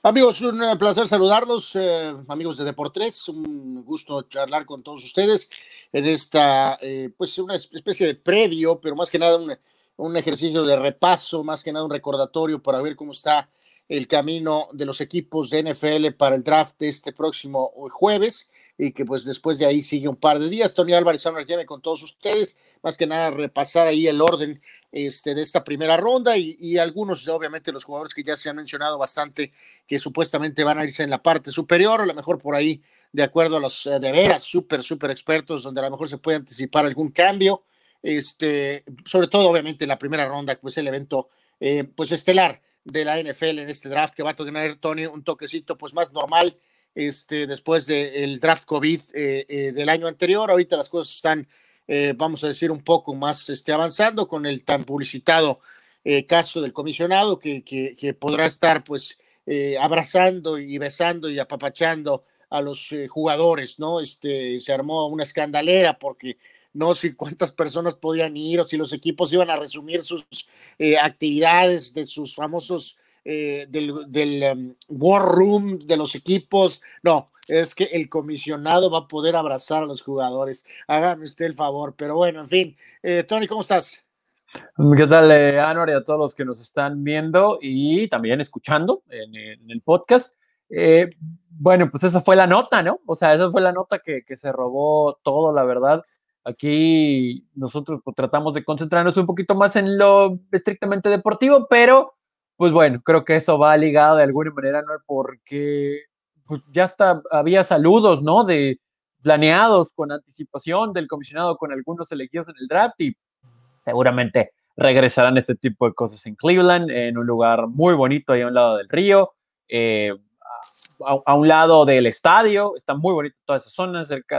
Amigos, un placer saludarlos, amigos de Deportes, un gusto charlar con todos ustedes en esta, pues una especie de previo, pero más que nada un ejercicio de repaso, más que nada un recordatorio para ver cómo está el camino de los equipos de NFL para el draft de este próximo jueves y que pues después de ahí sigue un par de días. Tony Álvarez Samuel con todos ustedes, más que nada repasar ahí el orden de esta primera ronda y algunos, obviamente, los jugadores que ya se han mencionado bastante que supuestamente van a irse en la parte superior, a lo mejor por ahí, de acuerdo a los de veras súper expertos, donde a lo mejor se puede anticipar algún cambio, sobre todo obviamente en la primera ronda, pues el evento pues estelar de la NFL en este draft, que va a tener, Tony, un toquecito pues más normal, después del draft COVID del año anterior. Ahorita las cosas están, vamos a decir, un poco más avanzando con el tan publicitado caso del comisionado que podrá estar pues abrazando y besando y apapachando a los jugadores, ¿no? Se armó una escandalera porque no sé cuántas personas podían ir o si los equipos iban a resumir sus actividades de sus famosos del war room de los equipos. No, es que el comisionado va a poder abrazar a los jugadores. Hágame usted el favor, pero bueno, en fin. Tony, ¿cómo estás? ¿Qué tal, Anuar, y a todos los que nos están viendo y también escuchando en el podcast? Eh, bueno, pues esa fue la nota, ¿no? O sea, esa fue la nota que se robó todo, la verdad. Aquí nosotros pues, tratamos de concentrarnos un poquito más en lo estrictamente deportivo, pero pues bueno, creo que eso va ligado de alguna manera, ¿no? Porque pues, ya hasta había saludos, ¿no? De planeados con anticipación del comisionado con algunos elegidos en el draft y seguramente regresarán este tipo de cosas en Cleveland, en un lugar muy bonito ahí a un lado del río, eh, a un lado del estadio. Está muy bonito toda esa zona, cerca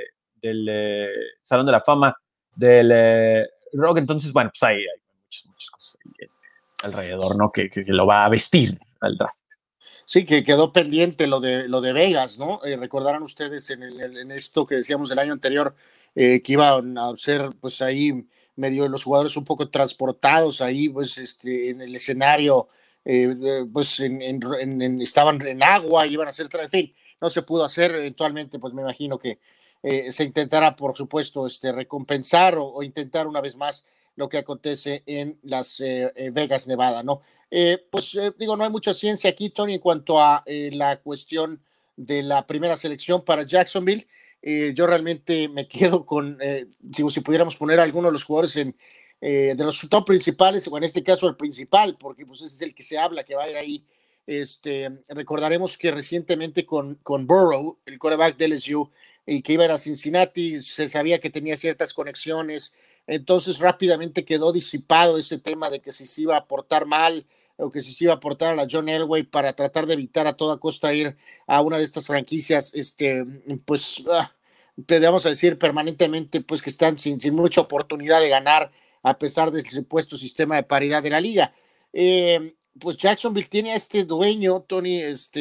del Salón de la Fama del Rock. Entonces, bueno, pues hay muchas cosas ahí alrededor, ¿no? Que lo va a vestir al draft. Sí, que quedó pendiente lo de Vegas, ¿no? Recordarán ustedes en esto que decíamos del año anterior, que iban a ser, pues ahí medio los jugadores un poco transportados ahí, pues en el escenario, pues estaban en agua, iban a hacer, en fin, no se pudo hacer. Eventualmente, pues me imagino que se intentará, por supuesto, recompensar o intentar una vez más lo que acontece en las Vegas, Nevada, ¿no? Digo, no hay mucha ciencia aquí, Tony, en cuanto a la cuestión de la primera selección para Jacksonville. Yo realmente me quedo con, digo, si pudiéramos poner a alguno de los jugadores de los top principales, o en este caso el principal, porque pues ese es el que se habla, que va a ir ahí. Recordaremos que recientemente con Burrow, el quarterback de LSU, y que iba a ir a Cincinnati, se sabía que tenía ciertas conexiones, entonces rápidamente quedó disipado ese tema de que si se iba a portar mal o que si se iba a aportar a la John Elway para tratar de evitar a toda costa ir a una de estas franquicias, pues, vamos a decir permanentemente, pues que están sin mucha oportunidad de ganar a pesar del supuesto sistema de paridad de la liga. Pues Jacksonville tiene a este dueño, Tony,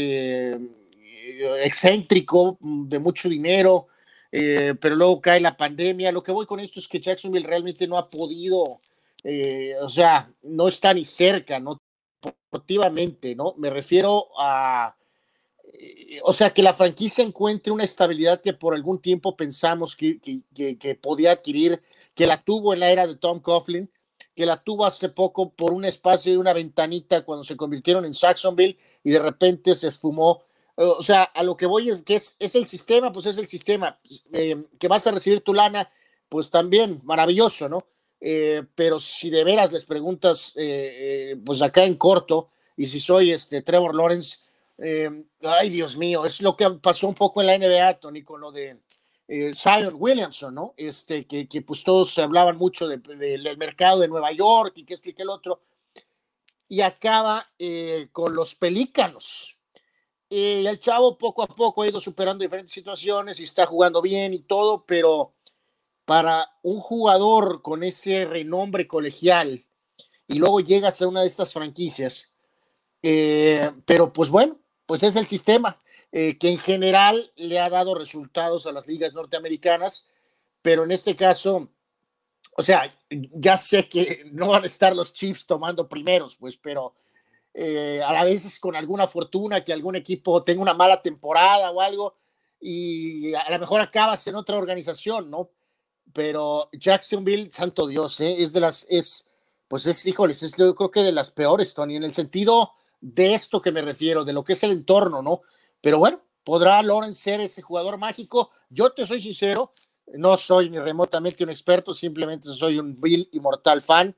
excéntrico, de mucho dinero, pero luego cae la pandemia. Lo que voy con esto es que Jacksonville realmente no ha podido, o sea, no está ni cerca, ¿no? Deportivamente, ¿no? Me refiero a, o sea, que la franquicia encuentre una estabilidad que por algún tiempo pensamos que podía adquirir, que la tuvo en la era de Tom Coughlin, que la tuvo hace poco por un espacio y una ventanita cuando se convirtieron en Jacksonville y de repente se esfumó. O sea, a lo que voy es que es el sistema, pues es el sistema. Que vas a recibir tu lana, pues también maravilloso, ¿no? Pero si de veras les preguntas, pues acá en corto, y si soy Trevor Lawrence, ay Dios mío, es lo que pasó un poco en la NBA, Tony, con lo de Zion Williamson, ¿no? Que pues todos hablaban mucho del mercado de Nueva York y que esto y que el otro, y acaba con los Pelícanos. Y el chavo poco a poco ha ido superando diferentes situaciones y está jugando bien y todo, pero para un jugador con ese renombre colegial y luego llegas a una de estas franquicias, pero pues bueno, pues es el sistema que en general le ha dado resultados a las ligas norteamericanas, pero en este caso, o sea, ya sé que no van a estar los Chiefs tomando primeros, pues, pero a la vez con alguna fortuna que algún equipo tenga una mala temporada o algo, y a lo mejor acabas en otra organización, ¿no? Pero Jacksonville, santo Dios, es de las, pues híjoles, yo creo que de las peores, Tony, en el sentido de esto que me refiero, de lo que es el entorno, ¿no? Pero bueno, ¿podrá Lawrence ser ese jugador mágico? Yo te soy sincero, no soy ni remotamente un experto, simplemente soy un vil y mortal fan.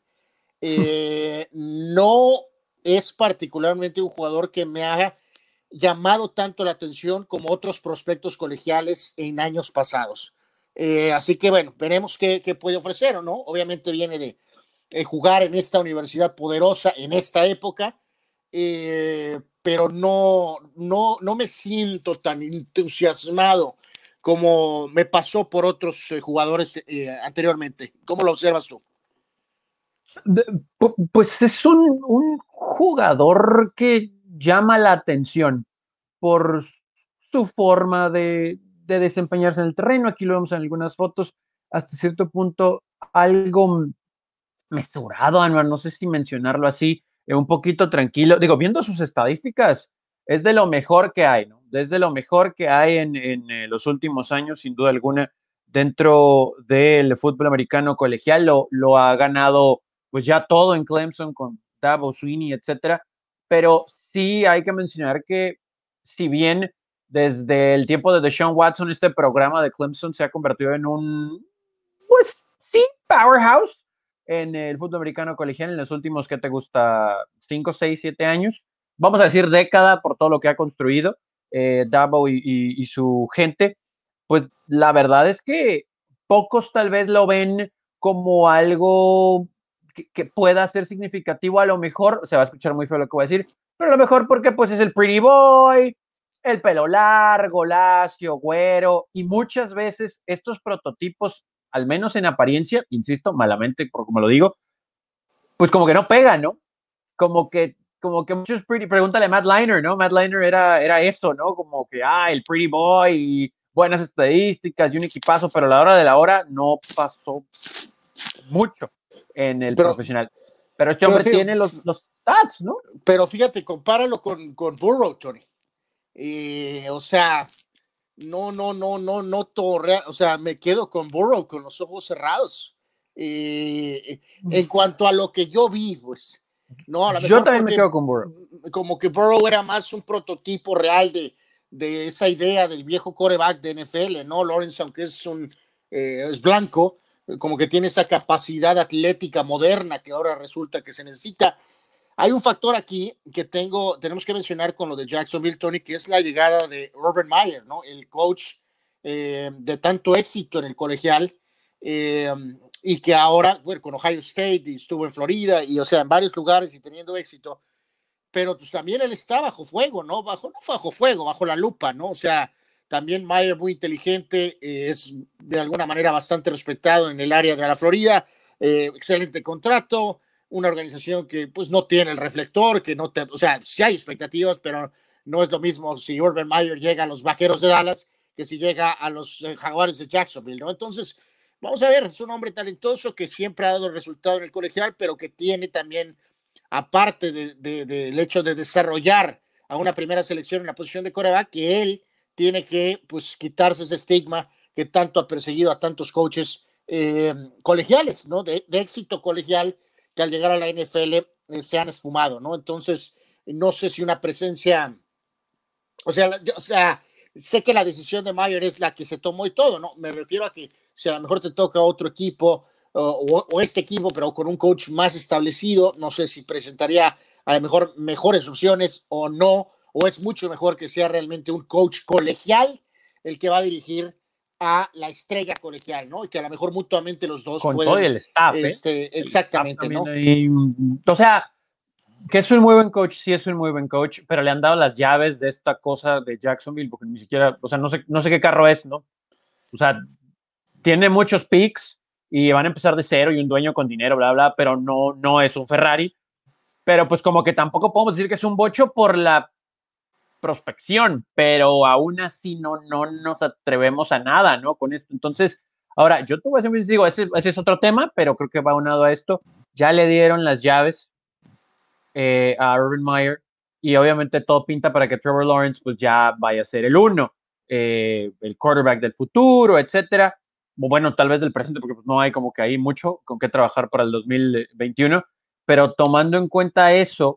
No es particularmente un jugador que me haga llamado tanto la atención como otros prospectos colegiales en años pasados. Así que bueno, veremos qué puede ofrecer, ¿no? Obviamente viene de jugar en esta universidad poderosa en esta época, pero no me siento tan entusiasmado como me pasó por otros jugadores anteriormente. ¿Cómo lo observas tú? Pues es un jugador que llama la atención por su forma de desempeñarse en el terreno. Aquí lo vemos en algunas fotos, hasta cierto punto algo mesurado, Anuar, no sé si mencionarlo así, un poquito tranquilo. Digo, viendo sus estadísticas, es de lo mejor que hay, ¿no? Desde lo mejor que hay en los últimos años, sin duda alguna, dentro del fútbol americano colegial. Lo ha ganado, pues ya todo en Clemson con Dabo Swinney, etcétera. Pero sí hay que mencionar que, si bien desde el tiempo de Deshaun Watson, este programa de Clemson se ha convertido en un, pues sí, powerhouse en el fútbol americano colegial en los últimos, ¿qué te gusta? 5, 6, 7 años. Vamos a decir década por todo lo que ha construido Dabo y su gente. Pues la verdad es que pocos tal vez lo ven como algo que pueda ser significativo. A lo mejor, se va a escuchar muy feo lo que voy a decir, pero a lo mejor porque pues es el pretty boy, el pelo largo, lacio, güero, y muchas veces estos prototipos, al menos en apariencia, insisto, malamente, por como lo digo, pues como que no pegan, ¿no? Como que muchos pretty, pregúntale a Matt Leinart, ¿no? Matt Leinart era esto, ¿no? Como que, el pretty boy y buenas estadísticas y un equipazo, pero a la hora de la hora no pasó mucho en el Pero, profesional. Pero este pero, hombre tiene los stats, ¿no? pero fíjate, compáralo con Burrow, Tony. O sea, no, o sea, me quedo con Burrow con los ojos cerrados. En cuanto a lo que yo vi, pues, no, a lo Yo mejor también me porque quedo con Burrow. como que Burrow era más un prototipo real de esa idea del viejo quarterback de NFL, ¿no? Lawrence, aunque es blanco, como que tiene esa capacidad atlética moderna que ahora resulta que se necesita. Hay un factor aquí que tenemos que mencionar con lo de Jacksonville, Tony, que es la llegada de Urban Meyer, ¿no? El coach de tanto éxito en el colegial, eh, y que ahora, bueno, con Ohio State y estuvo en Florida y, o sea, en varios lugares y teniendo éxito, pero pues también él está bajo fuego, ¿no? No bajo fuego, bajo la lupa, ¿no? O sea, también Meyer muy inteligente, es de alguna manera bastante respetado en el área de la Florida, excelente contrato, una organización que pues no tiene el reflector, que no te, o sea, sí hay expectativas, pero no es lo mismo si Urban Meyer llega a los Vaqueros de Dallas que si llega a los Jaguares de Jacksonville, ¿no? Entonces, vamos a ver, es un hombre talentoso que siempre ha dado resultado en el colegial, pero que tiene también, aparte del hecho de desarrollar a una primera selección en la posición de quarterback, que él tiene que pues quitarse ese estigma que tanto ha perseguido a tantos coaches colegiales, ¿no? De éxito colegial, que al llegar a la NFL se han esfumado, ¿no? Entonces, no sé si una presencia, o sea, sé que la decisión de Mayer es la que se tomó y todo, ¿no? Me refiero a que si a lo mejor te toca otro equipo o este equipo, pero con un coach más establecido, no sé si presentaría a lo mejor mejores opciones o no, o es mucho mejor que sea realmente un coach colegial el que va a dirigir a la estrella colegial, ¿no? Y que a lo mejor mutuamente los dos Con todo y pueden, el staff, ¿eh? El staff exactamente, también ¿no? ahí. O sea, que es un muy buen coach, sí es un muy buen coach, pero le han dado las llaves de esta cosa de Jacksonville, porque ni siquiera, o sea, no sé qué carro es, ¿no? O sea, tiene muchos picks y van a empezar de cero y un dueño con dinero, bla, bla, pero no es un Ferrari. Pero pues como que tampoco podemos decir que es un bocho por la prospección, pero aún así no nos atrevemos a nada, ¿no? Con esto. Entonces, ahora, yo te voy a decir, digo, ese es otro tema, pero creo que va unado a esto. Ya le dieron las llaves a Urban Meyer, y obviamente todo pinta para que Trevor Lawrence pues ya vaya a ser el uno, el quarterback del futuro, etcétera. Bueno, tal vez del presente, porque pues no hay como que ahí mucho con qué trabajar para el 2021, pero tomando en cuenta eso,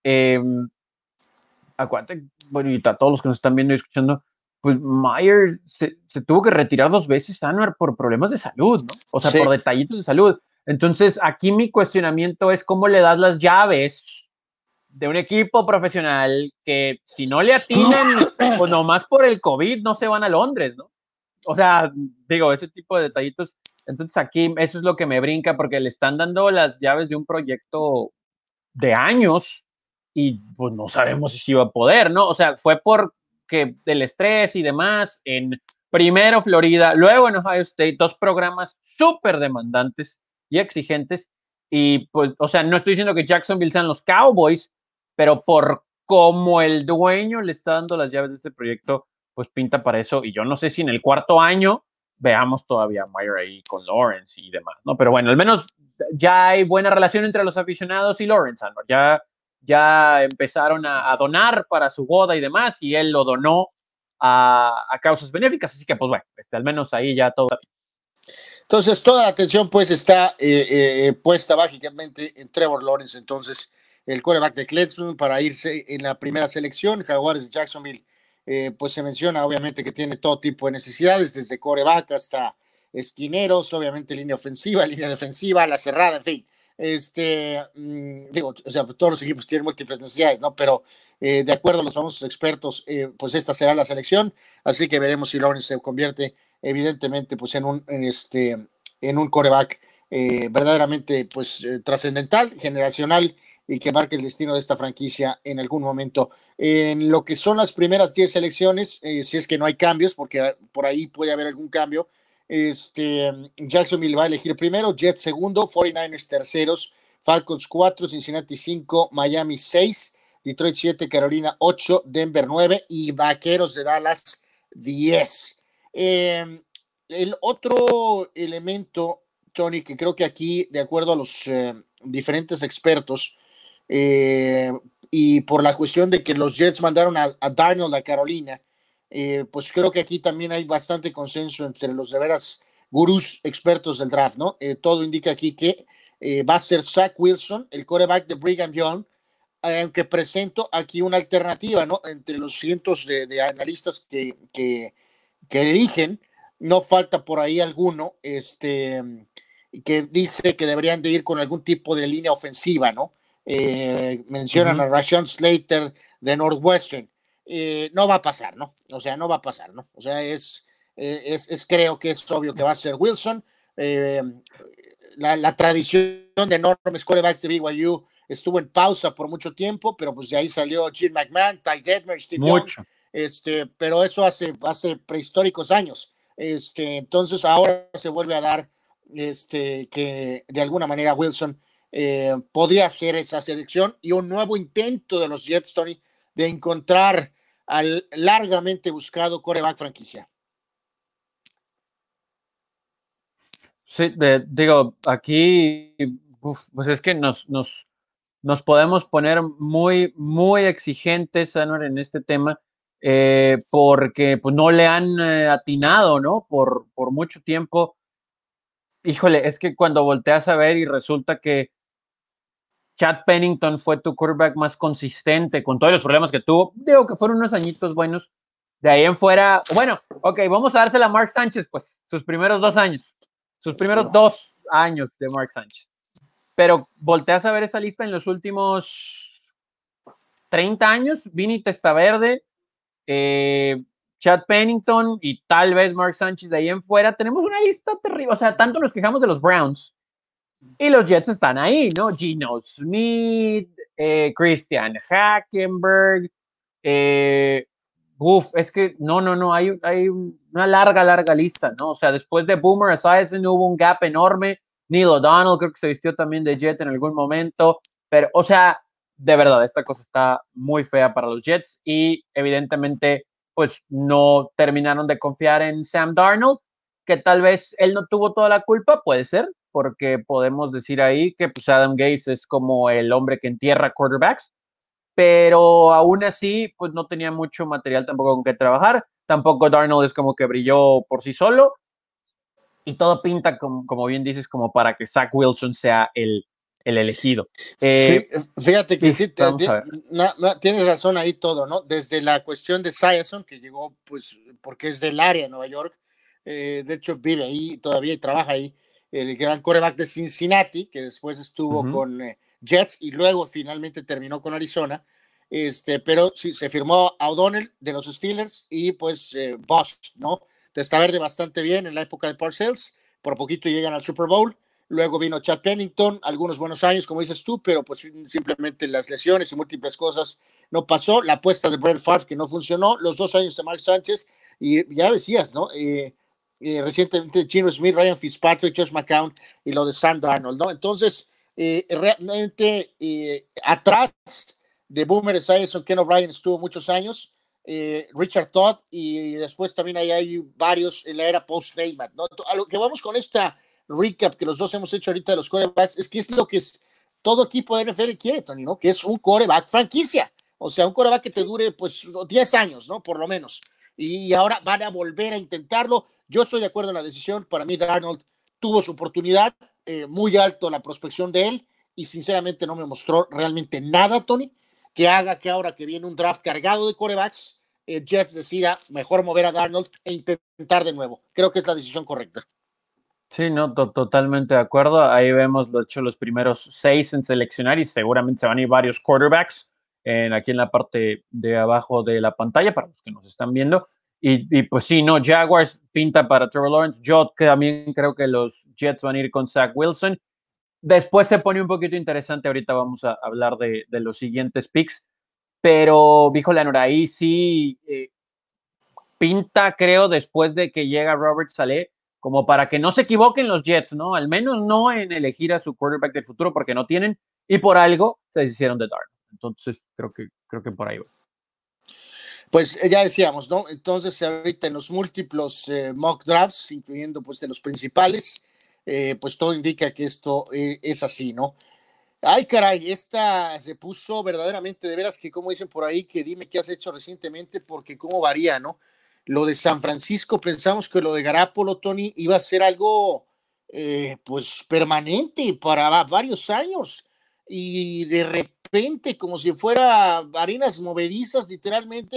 acuérdate, bueno, y a todos los que nos están viendo y escuchando, pues Myers se tuvo que retirar 2 veces, Anwar, por problemas de salud, ¿no? O sea, por Sí. detallitos de salud. Entonces, aquí mi cuestionamiento es cómo le das las llaves de un equipo profesional que si no le atinan, pues nomás por el COVID no se van a Londres, ¿no? O sea, digo, ese tipo de detallitos. Entonces aquí eso es lo que me brinca porque le están dando las llaves de un proyecto de años y pues no sabemos si se iba a poder, ¿no? O sea, fue porque del estrés y demás en primero Florida, luego en Ohio State, 2 programas súper demandantes y exigentes. Y pues, o sea, no estoy diciendo que Jacksonville sean los Cowboys, pero por como el dueño le está dando las llaves de este proyecto, pues pinta para eso. Y yo no sé si en el cuarto año veamos todavía a Meyer ahí con Lawrence y demás, ¿no? Pero bueno, al menos ya hay buena relación entre los aficionados y Lawrence, ¿no? Ya empezaron a donar para su boda y demás, y él lo donó a causas benéficas, así que pues bueno, al menos ahí ya todo. Entonces, toda la atención pues está puesta básicamente en Trevor Lawrence, entonces el quarterback de Clemson para irse en la primera selección. Jaguares de Jacksonville, pues se menciona obviamente que tiene todo tipo de necesidades, desde quarterback hasta esquineros, obviamente línea ofensiva, línea defensiva, la cerrada, en fin. Digo, o sea, todos los equipos tienen múltiples necesidades, ¿no? Pero de acuerdo a los famosos expertos, pues esta será la selección, así que veremos si Lawrence se convierte evidentemente pues en un coreback verdaderamente pues trascendental, generacional y que marque el destino de esta franquicia en algún momento. En lo que son las primeras 10 selecciones, si es que no hay cambios, porque por ahí puede haber algún cambio, Jacksonville va a elegir primero, Jets segundo, 49ers terceros, Falcons 4, Cincinnati 5, Miami 6, Detroit 7, Carolina 8, Denver 9 y Vaqueros de Dallas 10. El otro elemento, Tony, que creo que aquí, de acuerdo a los diferentes expertos, eh, y por la cuestión de que los Jets mandaron a Darnold a Carolina, pues creo que aquí también hay bastante consenso entre los de veras gurús expertos del draft, ¿no? Todo indica aquí que va a ser Zach Wilson, el quarterback de Brigham Young, aunque presento aquí una alternativa, ¿no? Entre los cientos de analistas que eligen, no falta por ahí alguno que dice que deberían de ir con algún tipo de línea ofensiva, ¿no? Mencionan a Rashawn Slater de Northwestern. No va a pasar, ¿no? O sea, no va a pasar, ¿no? O sea, creo que es obvio que va a ser Wilson. Eh, la tradición de enormes quarterbacks de BYU estuvo en pausa por mucho tiempo, pero pues de ahí salió Jim McMahon, Ty Detmer, Steve Young, pero eso hace prehistóricos años. Entonces ahora se vuelve a dar que de alguna manera Wilson podía hacer esa selección y un nuevo intento de los Jets, Tony, de encontrar al largamente buscado quarterback franquicia. Sí, digo, aquí, pues es que nos podemos poner muy, muy exigentes, Anwar, en este tema, porque pues no le han atinado, ¿no? Por mucho tiempo. Híjole, es que cuando volteas a ver y resulta que Chad Pennington fue tu quarterback más consistente con todos los problemas que tuvo, digo que fueron unos añitos buenos. De ahí en fuera, bueno, ok, vamos a dársela a Mark Sánchez, pues, sus primeros 2 años, sus primeros 2 años de Mark Sánchez. Pero volteas a ver esa lista en los últimos 30 años, Vini Testaverde, Chad Pennington y tal vez Mark Sánchez de ahí en fuera, tenemos una lista terrible. O sea, tanto nos quejamos de los Browns y los Jets están ahí, ¿no? Geno Smith, Christian Hackenberg, es que no, hay una larga lista, ¿no? O sea, después de Boomer Esiason hubo un gap enorme. Neil O'Donnell creo que se vistió también de Jet en algún momento, pero, o sea, de verdad, esta cosa está muy fea para los Jets y evidentemente, pues no terminaron de confiar en Sam Darnold. que tal vez él no tuvo toda la culpa, puede ser, porque podemos decir ahí que pues Adam Gase es como el hombre que entierra quarterbacks, pero aún así, pues no tenía mucho material tampoco con que trabajar. Tampoco Darnold es como que brilló por sí solo. Y todo pinta, como bien dices, como para que Zach Wilson sea el elegido. Fíjate que sí, vamos a ver. tienes razón ahí todo, ¿no? Desde la cuestión de Sayerson, que llegó, pues, porque es del área de Nueva York, de hecho vive ahí todavía y trabaja ahí, el gran quarterback de Cincinnati, que después estuvo con Jets y luego finalmente terminó con Arizona, pero sí, se firmó a O'Donnell de los Steelers y pues Bosch, ¿no? Testaverde bastante bien en la época de Parcells, por poquito llegan al Super Bowl. Luego vino Chad Pennington, algunos buenos años, como dices tú, pero pues simplemente las lesiones y múltiples cosas no pasó. La apuesta de Brett Favre que no funcionó, los 2 años de Mark Sánchez, y ya decías, ¿no? Recientemente Gino Smith, Ryan Fitzpatrick, Josh McCown y lo de Sam Darnold, ¿no? Entonces, realmente atrás de Boomer Esiason, Ken O'Brien estuvo muchos años, Richard Todd, y después también hay varios en la era post-Neymar, ¿no? A lo que vamos con esta recap que los dos hemos hecho ahorita de los quarterbacks, es que es lo que todo equipo de NFL quiere, Tony, ¿no? Que es un quarterback franquicia, o sea, un quarterback que te dure pues 10 años, ¿no? Por lo menos. Y ahora van a volver a intentarlo. Yo estoy de acuerdo en la decisión. Para mí, Darnold tuvo su oportunidad, muy alto la prospección de él, y sinceramente no me mostró realmente nada, Tony, que haga que ahora que viene un draft cargado de quarterbacks, Jets decida mejor mover a Darnold e intentar de nuevo. Creo que es la decisión correcta. Sí, no, totalmente de acuerdo. Ahí vemos, de hecho, los primeros 6 en seleccionar y seguramente se van a ir varios quarterbacks aquí en la parte de abajo de la pantalla para los que nos están viendo. Y pues sí, no, Jaguars pinta para Trevor Lawrence. Yo también creo que los Jets van a ir con Zach Wilson. Después se pone un poquito interesante. Ahorita vamos a hablar de los siguientes picks. Pero, dijo Leonora, ahí sí pinta, creo, después de que llega Robert Saleh, como para que no se equivoquen los Jets, ¿no? Al menos no en elegir a su quarterback del futuro, porque no tienen, y por algo se hicieron de Darnold. Entonces, creo que por ahí va. Pues ya decíamos, ¿no? Entonces, ahorita en los múltiplos mock drafts, incluyendo pues de los principales, pues todo indica que esto es así, ¿no? Ay, caray, esta se puso verdaderamente, de veras que como dicen por ahí, que dime qué has hecho recientemente, porque cómo varía, ¿no? Lo de San Francisco, pensamos que lo de Garápolo, Tony, iba a ser algo, pues, permanente para varios años, y de repente, como si fuera arenas movedizas, literalmente,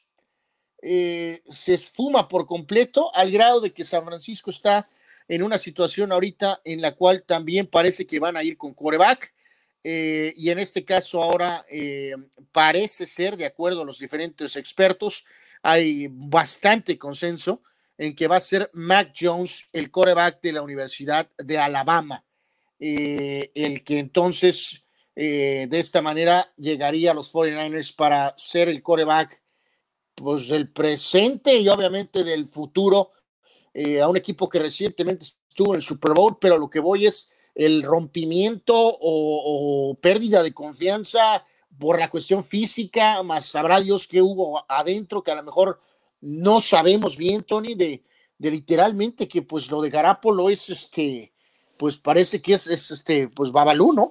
se esfuma por completo, al grado de que San Francisco está en una situación ahorita en la cual también parece que van a ir con quarterback. Y en este caso ahora parece ser, de acuerdo a los diferentes expertos, hay bastante consenso en que va a ser Mac Jones, el quarterback de la Universidad de Alabama, el que entonces de esta manera llegaría a los 49ers para ser el quarterback pues del presente y obviamente del futuro, a un equipo que recientemente estuvo en el Super Bowl, pero lo que voy es el rompimiento o pérdida de confianza por la cuestión física, más sabrá Dios qué hubo adentro, que a lo mejor no sabemos bien, Tony, de literalmente que pues lo de Garápolo es pues parece que es pues Babalú, ¿no?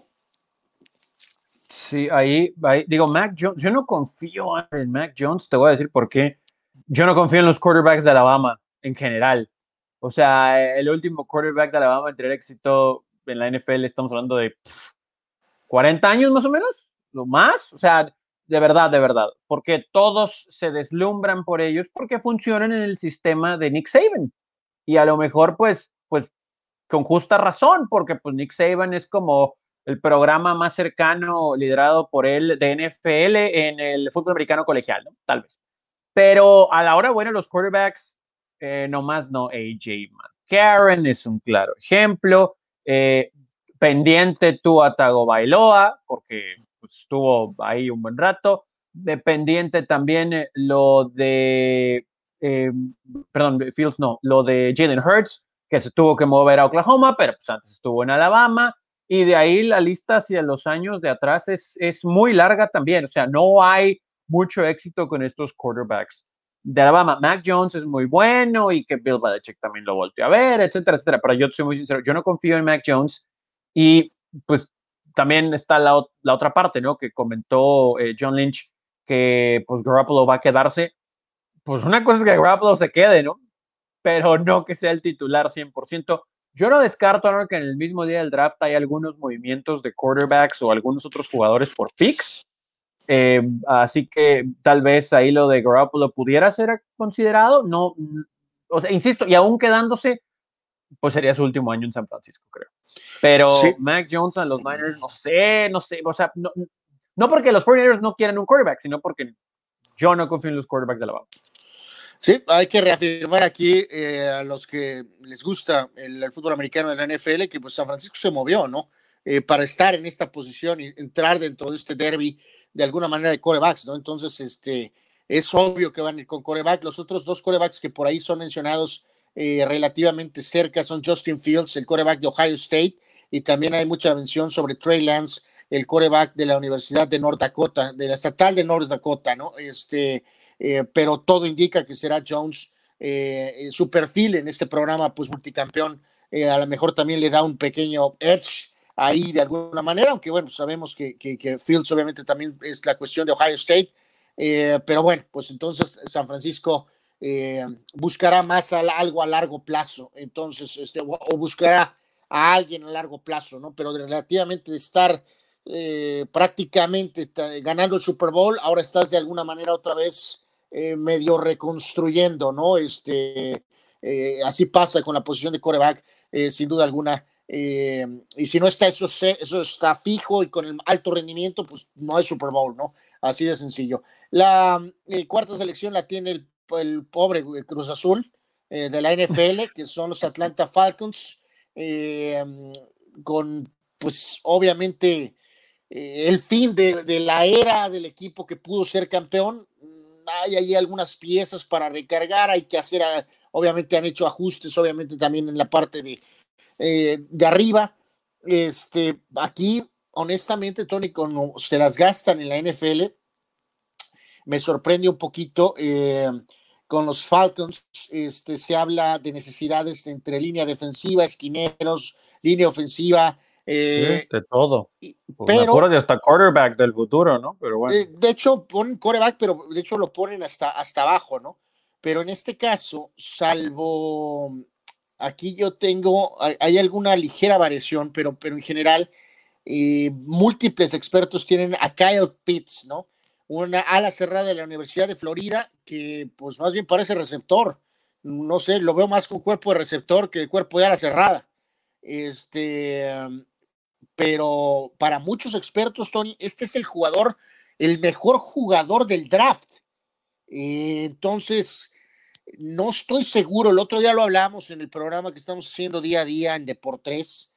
Sí, ahí digo, Mac Jones, yo no confío en Mac Jones, te voy a decir por qué. Yo no confío en los quarterbacks de Alabama en general. O sea, el último quarterback de Alabama en tener éxito en la NFL, estamos hablando de 40 años más o menos, lo más, o sea, de verdad, porque todos se deslumbran por ellos porque funcionan en el sistema de Nick Saban. Y a lo mejor, pues con justa razón, porque pues Nick Saban es como el programa más cercano liderado por él de NFL en el fútbol americano colegial, ¿no? Tal vez. Pero a la hora, bueno, los quarterbacks, nomás no. AJ McCarron es un claro ejemplo. Pendiente Tua Tagovailoa, porque pues, estuvo ahí un buen rato. Pendiente también eh, perdón, Fields no, lo de Jalen Hurts, que se tuvo que mover a Oklahoma, pero pues antes estuvo en Alabama. Y de ahí la lista hacia los años de atrás es muy larga también. O sea, no hay mucho éxito con estos quarterbacks de Alabama. Mac Jones es muy bueno y que Bill Belichick también lo volteó a ver, etcétera, etcétera. Pero yo soy muy sincero, yo no confío en Mac Jones y pues también está la otra parte, ¿no? Que comentó John Lynch que pues Garoppolo va a quedarse. Pues una cosa es que Garoppolo se quede, ¿no? Pero no que sea el titular 100%. Yo no descarto, ¿no?, que en el mismo día del draft hay algunos movimientos de quarterbacks o algunos otros jugadores por picks. Así que tal vez ahí lo de Garoppolo pudiera ser considerado. No, o sea, insisto, y aún quedándose, pues sería su último año en San Francisco, creo. Pero Sí. Mac Jones a los Niners, no sé, o sea, no porque los 49ers no quieran un quarterback, sino porque yo no confío en los quarterbacks de Alabama. Sí, hay que reafirmar aquí a los que les gusta el fútbol americano de la NFL que pues San Francisco se movió, ¿no? Para estar en esta posición y entrar dentro de este derby de alguna manera de quarterbacks, ¿no? Entonces, es obvio que van a ir con quarterback. Los otros dos quarterbacks que por ahí son mencionados relativamente cerca son Justin Fields, el quarterback de Ohio State, y también hay mucha mención sobre Trey Lance, el quarterback de la Universidad de North Dakota, de la estatal de North Dakota, ¿no? Pero todo indica que será Jones. Su perfil en este programa, pues multicampeón, a lo mejor también le da un pequeño edge ahí de alguna manera, aunque bueno, sabemos que Fields obviamente también es la cuestión de Ohio State, pero bueno, pues entonces San Francisco buscará más algo a largo plazo, entonces, o buscará a alguien a largo plazo, ¿no? Pero relativamente de estar prácticamente ganando el Super Bowl, ahora estás de alguna manera otra vez medio reconstruyendo, ¿no? Así pasa con la posición de quarterback, sin duda alguna. Y si no está eso está fijo y con el alto rendimiento, pues no es Super Bowl, ¿no? Así de sencillo. La cuarta selección la tiene el pobre Cruz Azul de la NFL, que son los Atlanta Falcons, con, pues, obviamente, el fin de la era del equipo que pudo ser campeón. Hay ahí algunas piezas para recargar, hay que hacer, obviamente han hecho ajustes, obviamente también en la parte de arriba. Aquí, honestamente, Tony, cuando se las gastan en la NFL, me sorprende un poquito. Con los Falcons se habla de necesidades entre línea defensiva, esquineros, línea ofensiva, De todo. Pues me acuerdo pero de hasta quarterback del futuro, ¿no? Pero bueno. de hecho ponen coreback, pero de hecho lo ponen hasta abajo, ¿no? Pero en este caso, salvo aquí yo tengo, hay alguna ligera variación, pero en general, múltiples expertos tienen a Kyle Pitts, ¿no? Una ala cerrada de la Universidad de Florida que pues más bien parece receptor. No sé, lo veo más con cuerpo de receptor que de cuerpo de ala cerrada. Pero para muchos expertos, Tony, este es el mejor jugador del draft. Entonces, no estoy seguro. El otro día lo hablamos en el programa que estamos haciendo día a día en Deportes,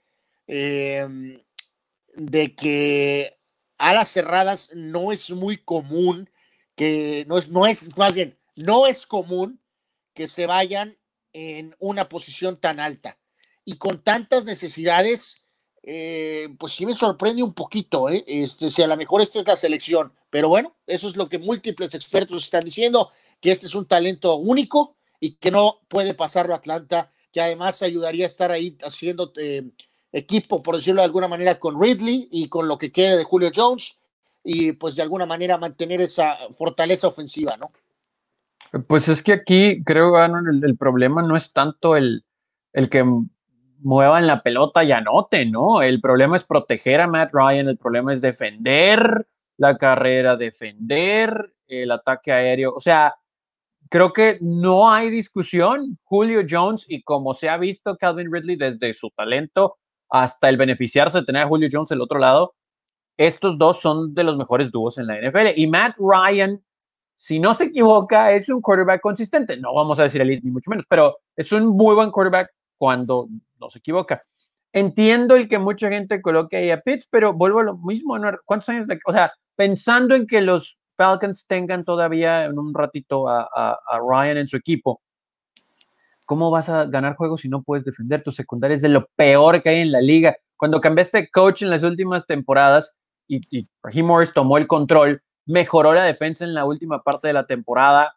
de que alas cerradas no es muy común, que no es común que se vayan en una posición tan alta. Y con tantas necesidades, pues sí me sorprende un poquito, si a lo mejor esta es la selección, pero bueno, eso es lo que múltiples expertos están diciendo, que este es un talento único y que no puede pasarlo a Atlanta, que además ayudaría a estar ahí haciendo equipo, por decirlo de alguna manera, con Ridley y con lo que quede de Julio Jones, y pues de alguna manera mantener esa fortaleza ofensiva, ¿no? Pues es que aquí creo que el problema no es tanto el que muevan la pelota y anoten, ¿no? El problema es proteger a Matt Ryan, el problema es defender la carrera, defender el ataque aéreo. O sea, creo que no hay discusión. Julio Jones y como se ha visto Calvin Ridley desde su talento hasta el beneficiarse de tener a Julio Jones del otro lado, estos dos son de los mejores dúos en la NFL. Y Matt Ryan, si no se equivoca, es un quarterback consistente. No vamos a decir elite ni mucho menos, pero es un muy buen quarterback cuando no se equivoca. Entiendo el que mucha gente coloque ahí a Pitts, pero vuelvo a lo mismo. ¿No? ¿Cuántos años? O sea, pensando en que los Falcons tengan todavía en un ratito a Ryan en su equipo, ¿cómo vas a ganar juegos si no puedes defender? Tu secundaria es de lo peor que hay en la liga. Cuando cambiaste coach en las últimas temporadas y Raheem Morris tomó el control, mejoró la defensa en la última parte de la temporada.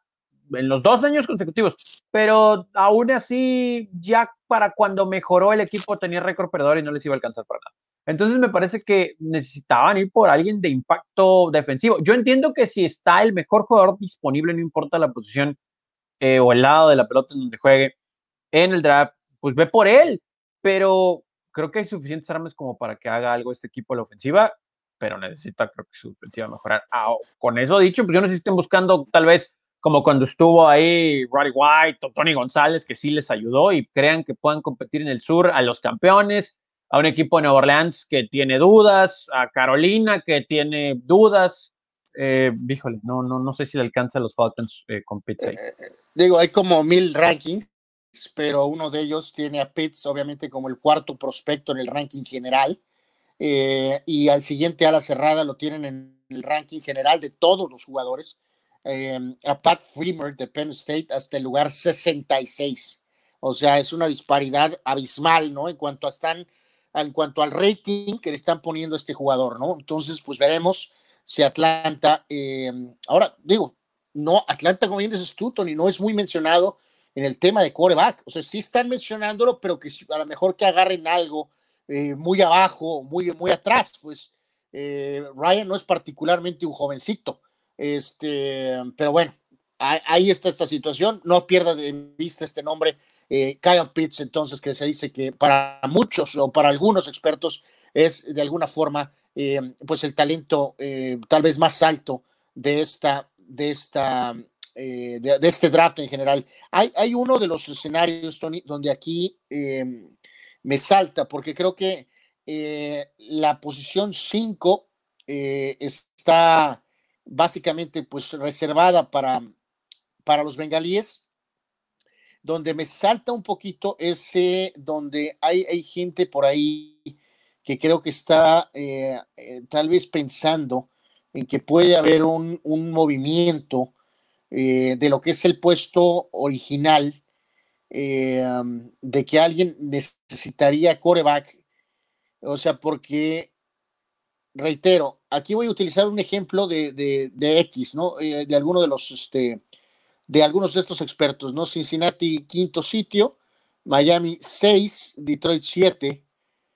en los 2 años consecutivos, pero aún así, ya para cuando mejoró el equipo tenía récord perdedor y no les iba a alcanzar para nada. Entonces me parece que necesitaban ir por alguien de impacto defensivo. Yo entiendo que si está el mejor jugador disponible, no importa la posición o el lado de la pelota en donde juegue en el draft, pues ve por él, pero creo que hay suficientes armas como para que haga algo este equipo en la ofensiva, pero necesita, creo que su ofensiva mejorar. Con eso dicho, pues yo no sé si estén buscando tal vez como cuando estuvo ahí Roddy White o Tony González, que sí les ayudó y crean que puedan competir en el sur a los campeones, a un equipo de Nueva Orleans que tiene dudas, a Carolina que tiene dudas. Híjole, no sé si le alcanza a los Falcons con Pitts ahí. Digo, hay como 1000 rankings, pero uno de ellos tiene a Pitts obviamente como el cuarto prospecto en el ranking general, y al siguiente ala cerrada lo tienen en el ranking general de todos los jugadores, a Pat Freeman de Penn State hasta el lugar 66. O sea, es una disparidad abismal, ¿no? En cuanto al rating que le están poniendo a este jugador, ¿no? Entonces, pues veremos si Atlanta, ahora digo, no, Atlanta, como bien dices tú, Tony, no es muy mencionado en el tema de quarterback. O sea, sí están mencionándolo, pero que a lo mejor que agarren algo muy abajo, muy atrás, pues Ryan no es particularmente un jovencito, pero bueno, ahí está esta situación. No pierda de vista este nombre, Kyle Pitts, entonces, que se dice que para muchos o para algunos expertos es de alguna forma pues el talento tal vez más alto de este draft en general. Hay uno de los escenarios, Tony, donde aquí me salta, porque creo que la posición 5 está básicamente pues reservada para los bengalíes. Donde me salta un poquito ese, donde hay gente por ahí que creo que está tal vez pensando en que puede haber un movimiento de lo que es el puesto original, de que alguien necesitaría quarterback. O sea, porque, reitero, aquí voy a utilizar un ejemplo de X, ¿no? De alguno de algunos de estos expertos, ¿no? Cincinnati, quinto sitio, Miami 6, Detroit 7.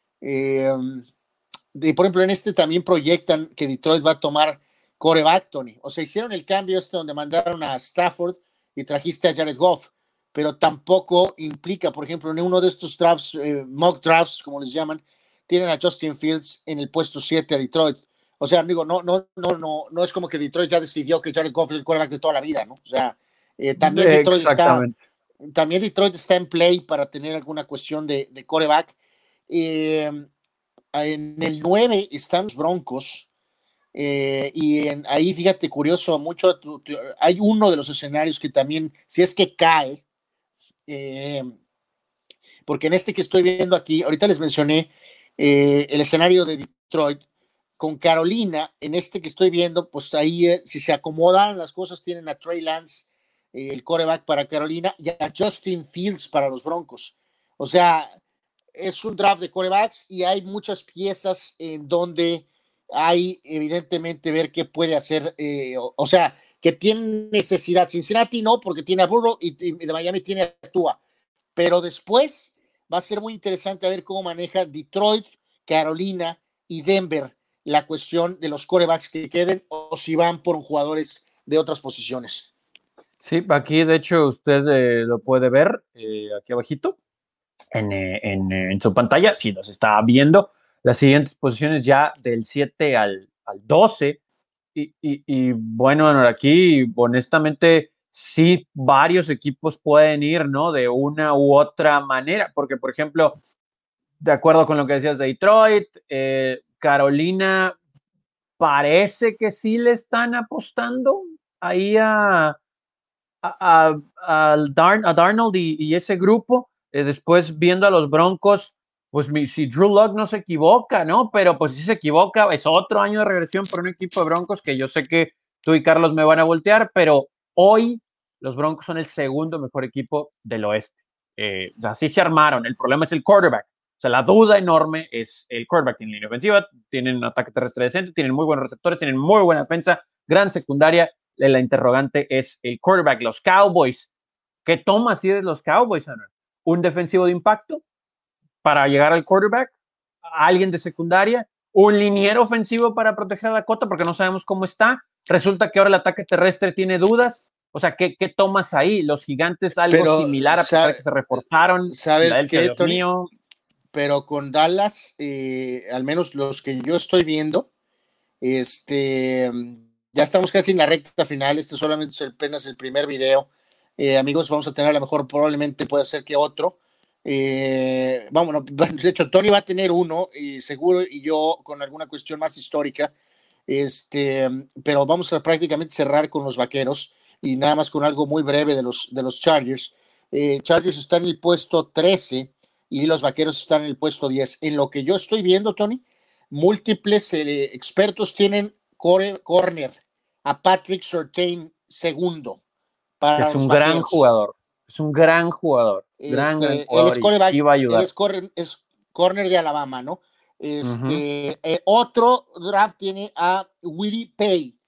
Por ejemplo, en este también proyectan que Detroit va a tomar quarterback, Tony. O sea, hicieron el cambio donde mandaron a Stafford y trajiste a Jared Goff, pero tampoco implica, por ejemplo, en uno de estos drafts, mock drafts, como les llaman, tienen a Justin Fields en el puesto 7 a Detroit. O sea, digo, no es como que Detroit ya decidió que Jared Goff es el quarterback de toda la vida, ¿no? O sea, también Detroit está en play para tener alguna cuestión de quarterback. En el 9 están los Broncos, y ahí fíjate, curioso, hay uno de los escenarios que también, si es que cae, porque en este que estoy viendo aquí, ahorita les mencioné el escenario de Detroit, con Carolina, en este que estoy viendo, pues ahí si se acomodan las cosas, tienen a Trey Lance, el quarterback para Carolina, y a Justin Fields para los Broncos. O sea, es un draft de quarterbacks y hay muchas piezas en donde hay evidentemente ver qué puede hacer, o sea, que tiene necesidad. Cincinnati no, porque tiene a Burrow, y de Miami tiene a Tua, pero después va a ser muy interesante ver cómo maneja Detroit, Carolina y Denver la cuestión de los quarterbacks que queden, o si van por jugadores de otras posiciones. Sí, aquí de hecho usted lo puede ver aquí abajito en su pantalla, si nos está viendo, las siguientes posiciones ya del 7 al 12. Y bueno, aquí honestamente sí varios equipos pueden ir, ¿no? De una u otra manera, porque por ejemplo, de acuerdo con lo que decías de Detroit, Carolina parece que sí le están apostando ahí a Darnold y ese grupo. Después viendo a los Broncos, pues si Drew Lock no se equivoca, ¿no? Pero pues si se equivoca, es otro año de regresión para un equipo de Broncos que yo sé que tú y Carlos me van a voltear, pero hoy los Broncos son el segundo mejor equipo del oeste. Así se armaron. El problema es el quarterback. O sea, la duda enorme es el quarterback. Tienen línea ofensiva, tienen un ataque terrestre decente, tienen muy buenos receptores, tienen muy buena defensa, gran secundaria, la interrogante es el quarterback. Los Cowboys, ¿qué tomas si eres los Cowboys, Ana? ¿Un defensivo de impacto para llegar al quarterback? ¿Alguien de secundaria? ¿Un liniero ofensivo para proteger a Dakota? Porque no sabemos cómo está. Resulta que ahora el ataque terrestre tiene dudas. O sea, ¿qué tomas ahí? Los Gigantes, algo Pero, similar, a pesar de que se reforzaron. ¿sabes Filadelfia, qué, Dios Tony? mío. Pero con Dallas, al menos los que yo estoy viendo, ya estamos casi en la recta final. Este solamente es apenas el primer video. Amigos, vamos a tener a lo mejor, probablemente puede ser que otro. Vamos, de hecho, Tony va a tener uno, y seguro, y yo con alguna cuestión más histórica. Pero vamos a prácticamente cerrar con los Vaqueros y nada más con algo muy breve de los Chargers. Chargers están en el puesto 13 y los Vaqueros están en el puesto 10. En lo que yo estoy viendo, Tony, múltiples expertos tienen corner a Patrick Surtain segundo para Es los un gran Vaqueros. jugador. Es un gran jugador. Gran Él jugador es y sí va a él ayudar. es corner de Alabama, ¿no? Otro draft tiene a Willie Pay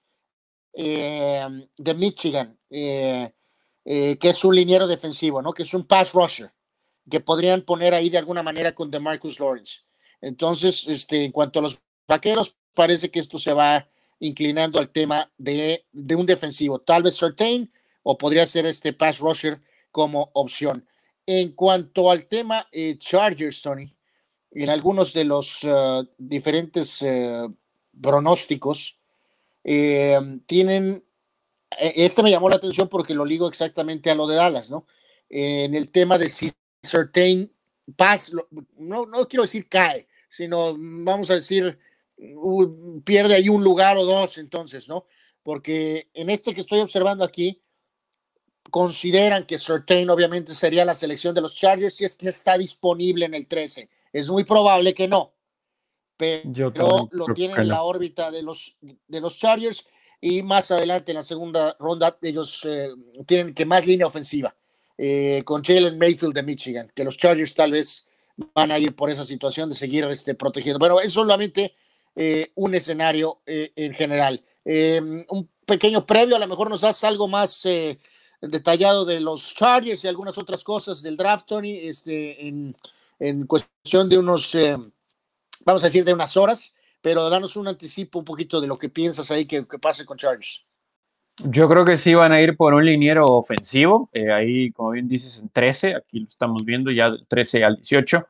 de Michigan, que es un liniero defensivo, ¿no? Que es un pass rusher, que podrían poner ahí de alguna manera con DeMarcus Lawrence. Entonces, en cuanto a los Vaqueros, parece que esto se va inclinando al tema de un defensivo, tal vez Surtain, o podría ser este pass rusher como opción. En cuanto al tema Chargers, Tony, en algunos de los diferentes pronósticos, tienen, me llamó la atención porque lo ligo exactamente a lo de Dallas, ¿no? En el tema de si Surtain pass, no quiero decir cae, sino vamos a decir pierde ahí un lugar o dos, entonces, ¿no? Porque en que estoy observando aquí, consideran que Surtain obviamente sería la selección de los Chargers si es que está disponible en el 13. Es muy probable que no, Yo pero también lo creo tienen que en la no. órbita de los Chargers y más adelante en la segunda ronda ellos tienen que más línea ofensiva con Jalen Mayfield de Michigan, que los Chargers tal vez van a ir por esa situación de seguir protegiendo. Bueno, es solamente un escenario en general. Un pequeño previo, a lo mejor nos das algo más detallado de los Chargers y algunas otras cosas del draft, Tony, en cuestión de unos, vamos a decir, de unas horas, pero danos un anticipo un poquito de lo que piensas ahí que pase con Chargers. Yo creo que sí van a ir por un liniero ofensivo. Ahí, como bien dices, en 13. Aquí lo estamos viendo ya del 13 al 18.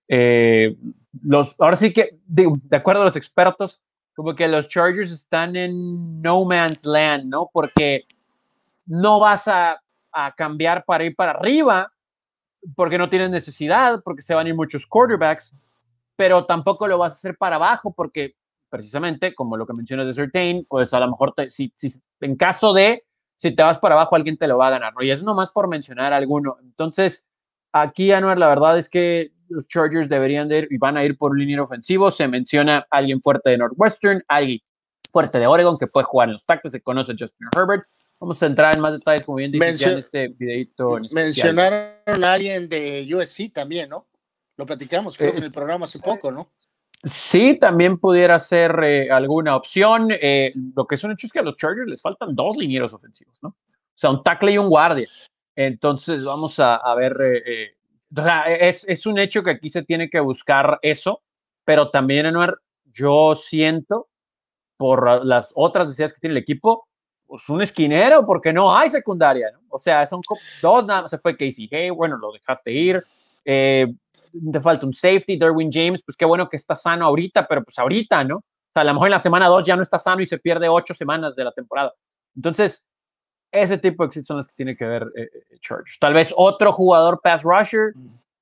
Ahora sí que, de acuerdo a los expertos, como que los Chargers están en no man's land, ¿no? Porque no vas a cambiar para ir para arriba, porque no tienes necesidad, porque se van a ir muchos quarterbacks, pero tampoco lo vas a hacer para abajo, porque precisamente, como lo que mencionas de Surtain, pues a lo mejor si en caso de, si te vas para abajo, alguien te lo va a ganar, ¿no? Y es nomás por mencionar alguno. Entonces, aquí, Anuar, la verdad es que los Chargers deberían de ir y van a ir por un liniero ofensivo. Se menciona alguien fuerte de Northwestern, alguien fuerte de Oregon que puede jugar en los tackles, se conoce a Justin Herbert. Vamos a entrar en más detalles, como bien dices, ya en este videito en especial. Mencionaron a alguien de USC también, ¿no? Lo platicamos, creo que en el programa hace poco, ¿no? Sí, también pudiera ser alguna opción. Lo que es un hecho es que a los Chargers les faltan dos linieros ofensivos, ¿no? O sea, un tackle y un guardia. Entonces, vamos a ver. O sea, es un hecho que aquí se tiene que buscar eso, pero también, Anuar, yo siento, por las otras necesidades que tiene el equipo, pues un esquinero, porque no hay secundaria, ¿no? O sea, son dos, nada más se fue Casey Hay, bueno, lo dejaste ir. Te falta un safety, Derwin James, pues qué bueno que está sano ahorita, pero pues ahorita, ¿no? O sea, a lo mejor en la semana 2 ya no está sano y se pierde 8 semanas de la temporada. Entonces, ese tipo de cosas son las que tiene que ver Chargers. Tal vez otro jugador pass rusher.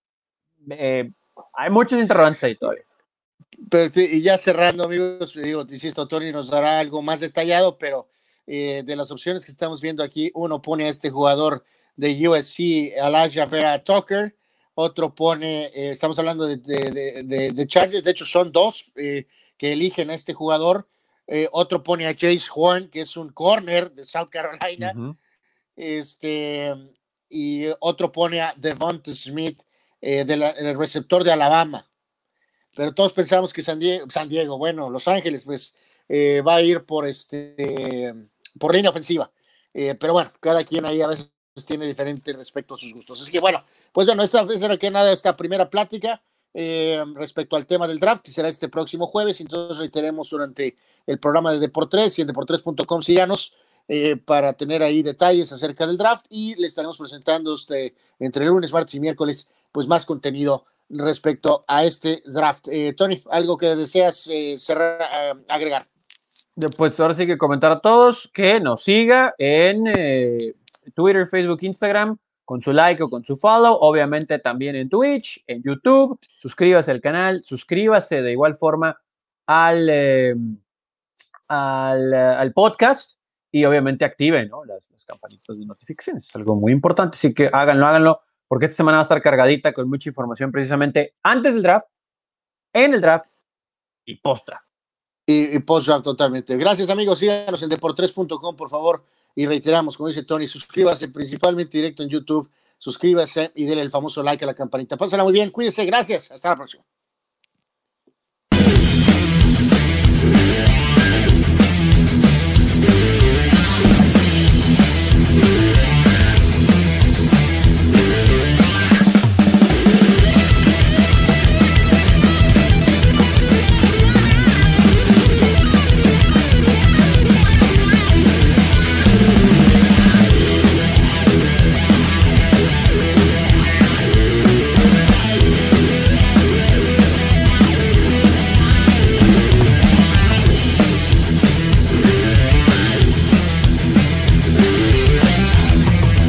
Hay muchos interrogantes ahí todavía. Pero, y ya cerrando, amigos, digo, te insisto, Tony nos dará algo más detallado, pero de las opciones que estamos viendo aquí, uno pone a este jugador de USC, Elijah Vera Tucker, otro pone, estamos hablando de Chargers, de hecho son dos que eligen a este jugador, otro pone a Jace Horn, que es un corner de South Carolina, y otro pone a Devonta Smith, el receptor de Alabama. Pero todos pensamos que San Diego, bueno, Los Ángeles, pues va a ir por línea ofensiva. pero bueno, cada quien ahí a veces tiene diferente respecto a sus gustos. Así que bueno, pues bueno, esta vez era que nada esta primera plática respecto al tema del draft, que será este próximo jueves. Entonces reiteremos durante el programa de Deportes y en deportes.com síganos para tener ahí detalles acerca del draft y le estaremos presentando entre lunes, martes y miércoles pues más contenido respecto a este draft. Tony, ¿algo que deseas agregar? Pues ahora sí que comentar a todos que nos siga en Twitter, Facebook, Instagram, con su like o con su follow, obviamente también en Twitch, en YouTube, suscríbase al canal, suscríbase de igual forma al podcast y obviamente active, ¿no? las campanitas de notificaciones, es algo muy importante, así que háganlo, porque esta semana va a estar cargadita con mucha información precisamente antes del draft, en el draft y post-draft. Y post-draft totalmente. Gracias, amigos. Síganos en deportres.com, por favor. Y reiteramos, como dice Tony, suscríbase principalmente directo en YouTube. Suscríbase y denle el famoso like a la campanita. Pásala muy bien. Cuídese. Gracias. Hasta la próxima.